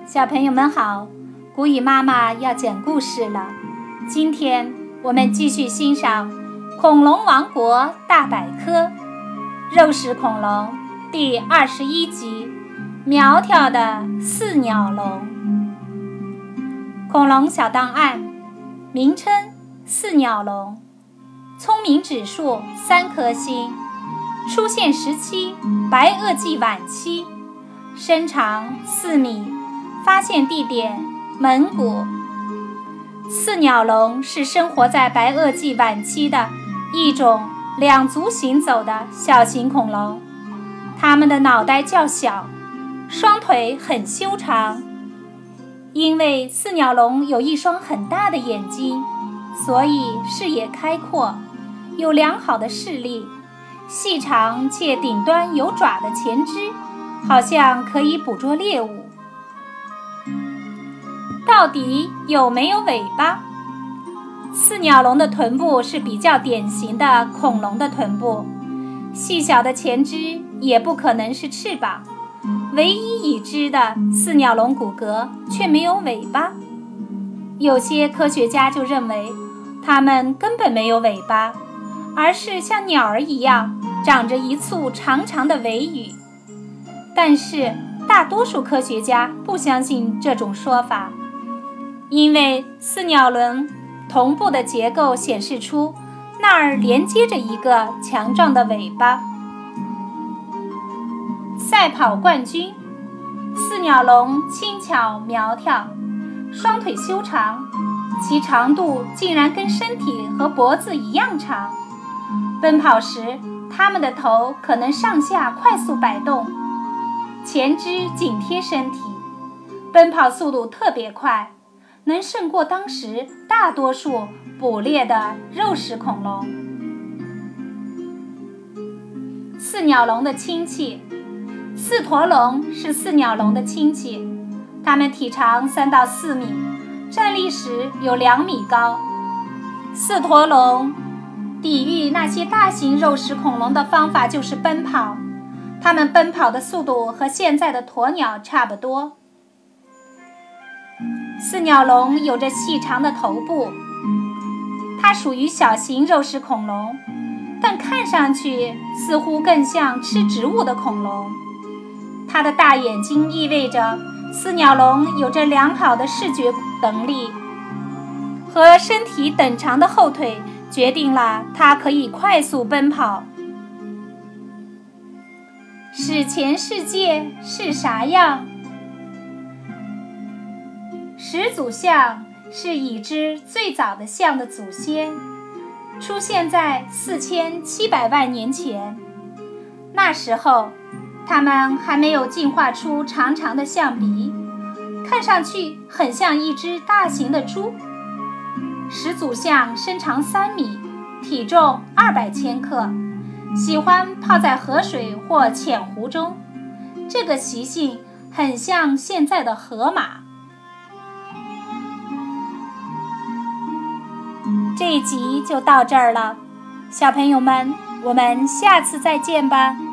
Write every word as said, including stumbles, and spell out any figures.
小朋友们好，古语妈妈要讲故事了。今天我们继续欣赏《恐龙王国大百科》肉食恐龙第二十一集，苗条的四鸟龙。恐龙小档案，名称四鸟龙，聪明指数三颗星，出现时期白垩纪晚期，身长四米，发现地点蒙古。四鸟龙是生活在白垩纪晚期的一种两足行走的小型恐龙，它们的脑袋较小，双腿很修长。因为四鸟龙有一双很大的眼睛，所以视野开阔，有良好的视力。细长且顶端有爪的前肢，好像可以捕捉猎物。到底有没有尾巴？四鸟龙的臀部是比较典型的恐龙的臀部，细小的前肢也不可能是翅膀。唯一已知的四鸟龙骨骼却没有尾巴。有些科学家就认为，它们根本没有尾巴，而是像鸟儿一样长着一簇长长的尾羽。但是大多数科学家不相信这种说法，因为四鸟龙臀部的结构显示出那儿连接着一个强壮的尾巴。赛跑冠军，四鸟龙轻巧苗条，双腿修长，其长度竟然跟身体和脖子一样长。奔跑时，它们的头可能上下快速摆动，前肢紧贴身体，奔跑速度特别快，能胜过当时大多数捕猎的肉食恐龙。四鸟龙的亲戚，四驼龙是四鸟龙的亲戚，它们体长三到四米，站立时有两米高。四驼龙抵御那些大型肉食恐龙的方法就是奔跑，它们奔跑的速度和现在的鸵鸟差不多。四鸟龙有着细长的头部，它属于小型肉食恐龙，但看上去似乎更像吃植物的恐龙。它的大眼睛意味着四鸟龙有着良好的视觉能力，和身体等长的后腿决定了它可以快速奔跑。史前世界是啥样？始祖象是已知最早的象的祖先，出现在四千七百万年前。那时候它们还没有进化出长长的象鼻，看上去很像一只大型的猪。始祖象身长三米，体重二百千克，喜欢泡在河水或浅湖中，这个习性很像现在的河马。这一集就到这儿了，小朋友们，我们下次再见吧。